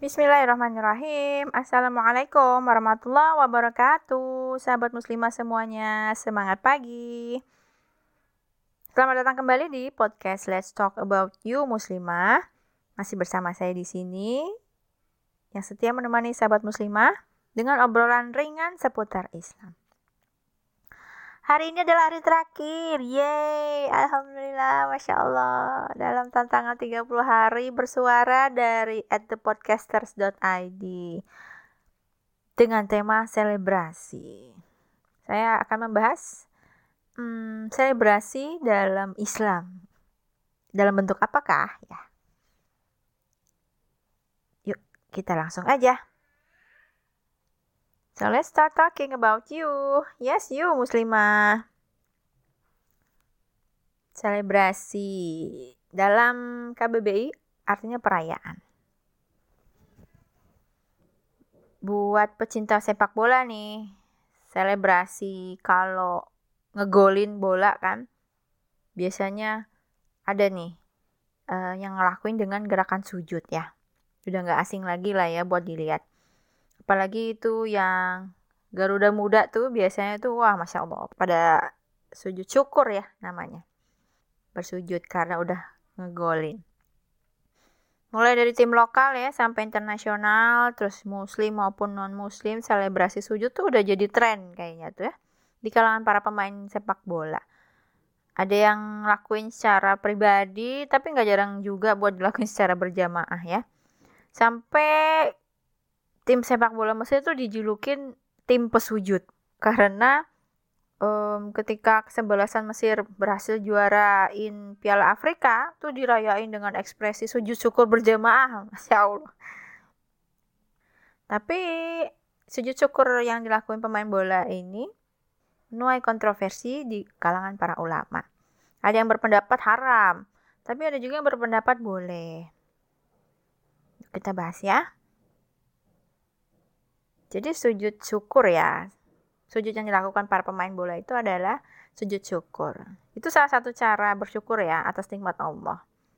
Bismillahirrahmanirrahim. Assalamualaikum warahmatullahi wabarakatuh. Sahabat muslimah semuanya, semangat pagi. Selamat datang kembali di podcast Let's Talk About You Muslimah. Masih bersama saya di sini yang setia menemani sahabat muslimah dengan obrolan ringan seputar Islam. Hari ini adalah hari terakhir. Yeay, alhamdulillah, Masya Allah. Dalam tantangan 30 hari bersuara dari @thepodcasters.id dengan tema selebrasi. Saya akan membahas selebrasi dalam Islam. Dalam bentuk apakah? Ya. Yuk, kita langsung aja. So let's start talking about you. Yes, you muslimah. Selebrasi dalam KBBI artinya perayaan. Buat pecinta sepak bola nih, selebrasi kalau ngegolin bola kan, biasanya ada nih yang ngelakuin dengan gerakan sujud ya. Udah gak asing lagi lah ya buat dilihat. Apalagi itu yang Garuda Muda tuh biasanya tuh wah Masya Allah pada sujud syukur ya namanya. Bersujud karena udah ngegolin. Mulai dari tim lokal ya sampai internasional, terus muslim maupun non muslim, selebrasi sujud tuh udah jadi tren kayaknya tuh ya. Di kalangan para pemain sepak bola. Ada yang lakuin secara pribadi tapi gak jarang juga buat dilakuin secara berjamaah ya. Sampai tim sepak bola Mesir itu dijulukin tim pesujud karena ketika kesebelasan Mesir berhasil juarain Piala Afrika tuh dirayain dengan ekspresi sujud syukur berjamaah, Masya Allah. Tapi sujud syukur yang dilakuin pemain bola ini menuai kontroversi di kalangan para ulama. Ada yang berpendapat haram, tapi ada juga yang berpendapat boleh. Kita bahas ya. Jadi sujud syukur ya, sujud yang dilakukan para pemain bola itu adalah sujud syukur. Itu salah satu cara bersyukur ya atas nikmat Allah.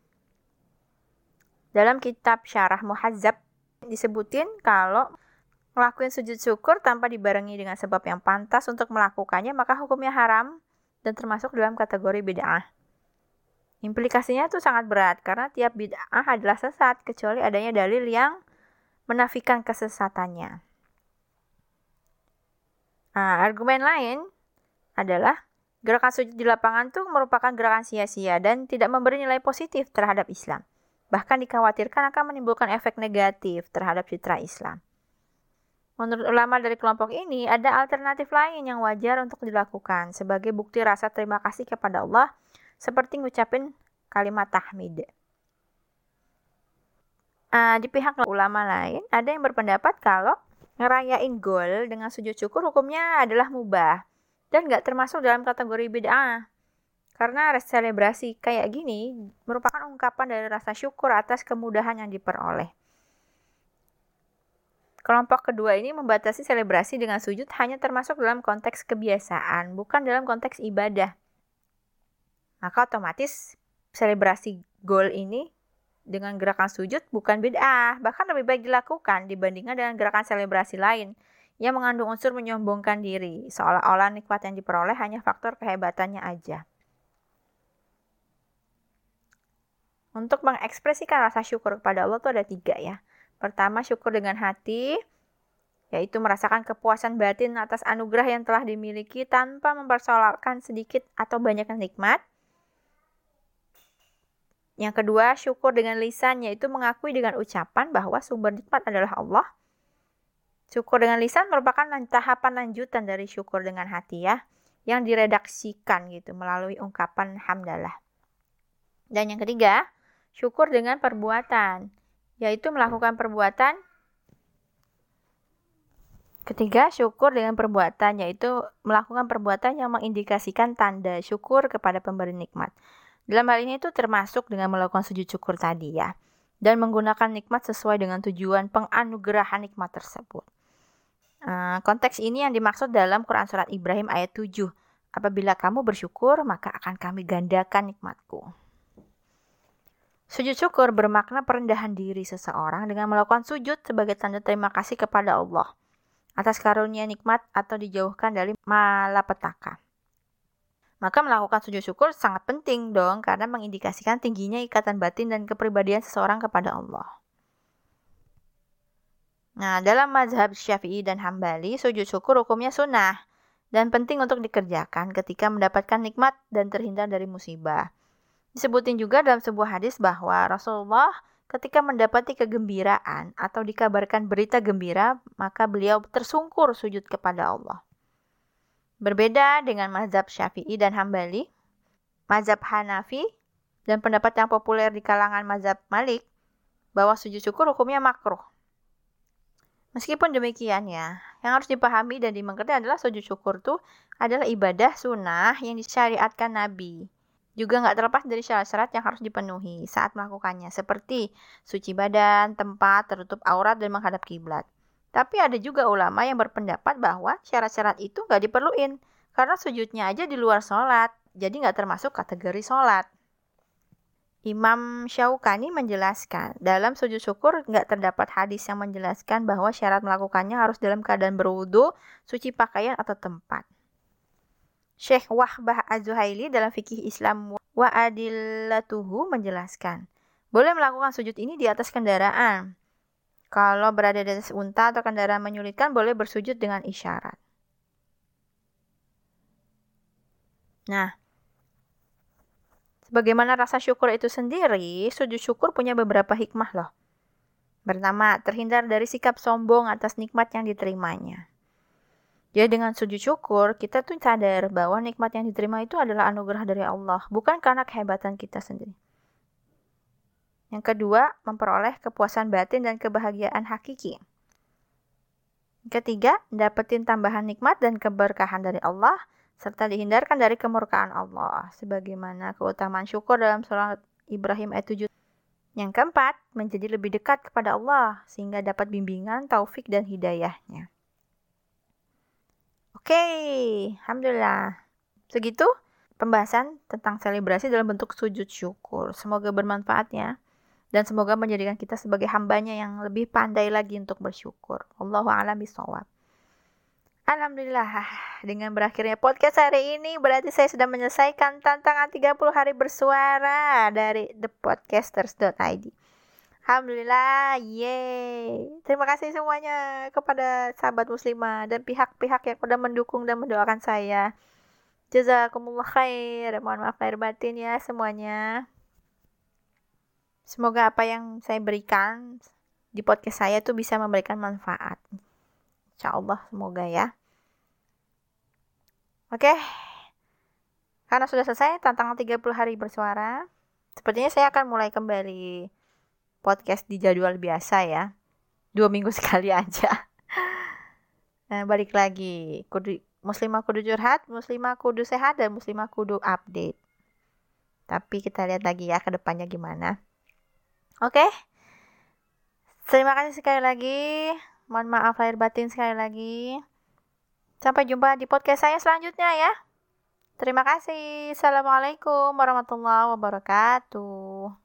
Dalam kitab Syarah Muhazzab disebutin kalau ngelakuin sujud syukur tanpa dibarengi dengan sebab yang pantas untuk melakukannya maka hukumnya haram dan termasuk dalam kategori bid'ah. Implikasinya tuh sangat berat karena tiap bid'ah adalah sesat kecuali adanya dalil yang menafikan kesesatannya. Nah, argumen lain adalah gerakan sujud di lapangan itu merupakan gerakan sia-sia dan tidak memberi nilai positif terhadap Islam. Bahkan dikhawatirkan akan menimbulkan efek negatif terhadap citra Islam. Menurut ulama dari kelompok ini, ada alternatif lain yang wajar untuk dilakukan sebagai bukti rasa terima kasih kepada Allah, seperti ngucapin kalimat tahmid. Di pihak ulama lain, ada yang berpendapat kalau ngerayain gol dengan sujud syukur hukumnya adalah mubah dan gak termasuk dalam kategori bid'ah. Karena selebrasi kayak gini merupakan ungkapan dari rasa syukur atas kemudahan yang diperoleh. Kelompok kedua ini membatasi selebrasi dengan sujud hanya termasuk dalam konteks kebiasaan, bukan dalam konteks ibadah. Maka otomatis selebrasi gol ini dengan gerakan sujud bukan bid'ah, bahkan lebih baik dilakukan dibandingkan dengan gerakan selebrasi lain yang mengandung unsur menyombongkan diri, seolah-olah nikmat yang diperoleh hanya faktor kehebatannya aja. Untuk mengekspresikan rasa syukur kepada Allah itu ada 3 ya. Pertama, syukur dengan hati, yaitu merasakan kepuasan batin atas anugerah yang telah dimiliki tanpa mempersoalkan sedikit atau banyaknya nikmat. Yang kedua, syukur dengan lisan, yaitu mengakui dengan ucapan bahwa sumber nikmat adalah Allah. Syukur dengan lisan merupakan tahapan lanjutan dari syukur dengan hati ya, yang diredaksikan gitu melalui ungkapan hamdalah. Dan yang ketiga, syukur dengan perbuatan, yaitu melakukan perbuatan. Ketiga, syukur dengan perbuatan, yaitu melakukan perbuatan yang mengindikasikan tanda syukur kepada pemberi nikmat. Dalam hal ini itu termasuk dengan melakukan sujud syukur tadi ya. Dan menggunakan nikmat sesuai dengan tujuan penganugerahan nikmat tersebut. Konteks ini yang dimaksud dalam Quran Surat Ibrahim ayat 7. Apabila kamu bersyukur, maka akan kami gandakan nikmatku. Sujud syukur bermakna perendahan diri seseorang dengan melakukan sujud sebagai tanda terima kasih kepada Allah atas karunia nikmat atau dijauhkan dari malapetaka. Maka melakukan sujud syukur sangat penting dong karena mengindikasikan tingginya ikatan batin dan kepribadian seseorang kepada Allah. Nah, dalam mazhab Syafi'i dan Hambali, sujud syukur hukumnya sunnah dan penting untuk dikerjakan ketika mendapatkan nikmat dan terhindar dari musibah. Disebutin juga dalam sebuah hadis bahwa Rasulullah ketika mendapati kegembiraan atau dikabarkan berita gembira, maka beliau tersungkur sujud kepada Allah. Berbeda dengan mazhab Syafi'i dan Hambali, mazhab Hanafi, dan pendapat yang populer di kalangan mazhab Malik, bahwa sujud syukur hukumnya makruh. Meskipun demikian ya, yang harus dipahami dan dimengerti adalah sujud syukur itu adalah ibadah sunnah yang disyariatkan Nabi. Juga nggak terlepas dari syarat-syarat yang harus dipenuhi saat melakukannya, seperti suci badan, tempat, tertutup aurat, dan menghadap kiblat. Tapi ada juga ulama yang berpendapat bahwa syarat-syarat itu nggak diperluin, karena sujudnya aja di luar sholat, jadi nggak termasuk kategori sholat. Imam Syaukani menjelaskan, dalam sujud syukur nggak terdapat hadis yang menjelaskan bahwa syarat melakukannya harus dalam keadaan berwudu, suci pakaian, atau tempat. Syekh Wahbah Az-Zuhaili dalam Fikih Islam wa Adillatuhu menjelaskan, boleh melakukan sujud ini di atas kendaraan. Kalau berada di atas unta atau kendaraan menyulitkan, boleh bersujud dengan isyarat. Nah, sebagaimana rasa syukur itu sendiri, sujud syukur punya beberapa hikmah loh. Pertama, terhindar dari sikap sombong atas nikmat yang diterimanya. Jadi dengan sujud syukur, kita tuh sadar bahwa nikmat yang diterima itu adalah anugerah dari Allah, bukan karena kehebatan kita sendiri. Yang kedua, memperoleh kepuasan batin dan kebahagiaan hakiki. Ketiga, dapetin tambahan nikmat dan keberkahan dari Allah, serta dihindarkan dari kemurkaan Allah, sebagaimana keutamaan syukur dalam surat Ibrahim ayat 7. Yang keempat, menjadi lebih dekat kepada Allah, sehingga dapat bimbingan, taufik, dan hidayahnya. Oke, alhamdulillah. Segitu pembahasan tentang selebrasi dalam bentuk sujud syukur. Semoga bermanfaat ya. Dan semoga menjadikan kita sebagai hambanya yang lebih pandai lagi untuk bersyukur. Allahu a'lam bishawab. Alhamdulillah, dengan berakhirnya podcast hari ini berarti saya sudah menyelesaikan tantangan 30 hari bersuara dari thepodcasters.id. Alhamdulillah, yeay. Terima kasih semuanya kepada sahabat muslimah dan pihak-pihak yang sudah mendukung dan mendoakan saya. Jazakumullah khair. Mohon maaf lahir batin ya semuanya. Semoga apa yang saya berikan di podcast saya tuh bisa memberikan manfaat. Insyaallah semoga ya. Oke. Karena sudah selesai tantangan 30 hari bersuara, sepertinya saya akan mulai kembali podcast di jadwal biasa ya. 2 minggu sekali aja. Nah, balik lagi. Muslimah kudu curhat, muslimah kudu sehat, dan muslimah kudu update. Tapi kita lihat lagi ya ke depannya gimana. Oke. Terima kasih sekali lagi. Mohon maaf lahir batin sekali lagi. Sampai jumpa di podcast saya selanjutnya ya. Terima kasih. Assalamualaikum warahmatullahi wabarakatuh.